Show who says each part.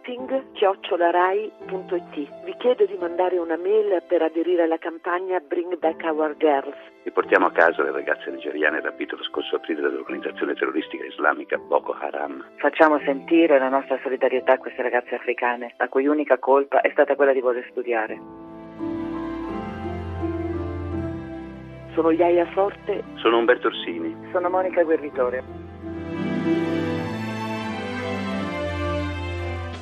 Speaker 1: meeting@rai.it. Vi chiedo di mandare una mail per aderire alla campagna Bring Back Our Girls.
Speaker 2: Riportiamo a casa le ragazze nigeriane rapite lo scorso aprile dall'organizzazione terroristica islamica Boko Haram.
Speaker 3: Facciamo sentire la nostra solidarietà a queste ragazze africane, la cui unica colpa è stata quella di voler studiare.
Speaker 1: Sono Iaia Forte.
Speaker 2: Sono Umberto Orsini.
Speaker 3: Sono Monica Guerritore.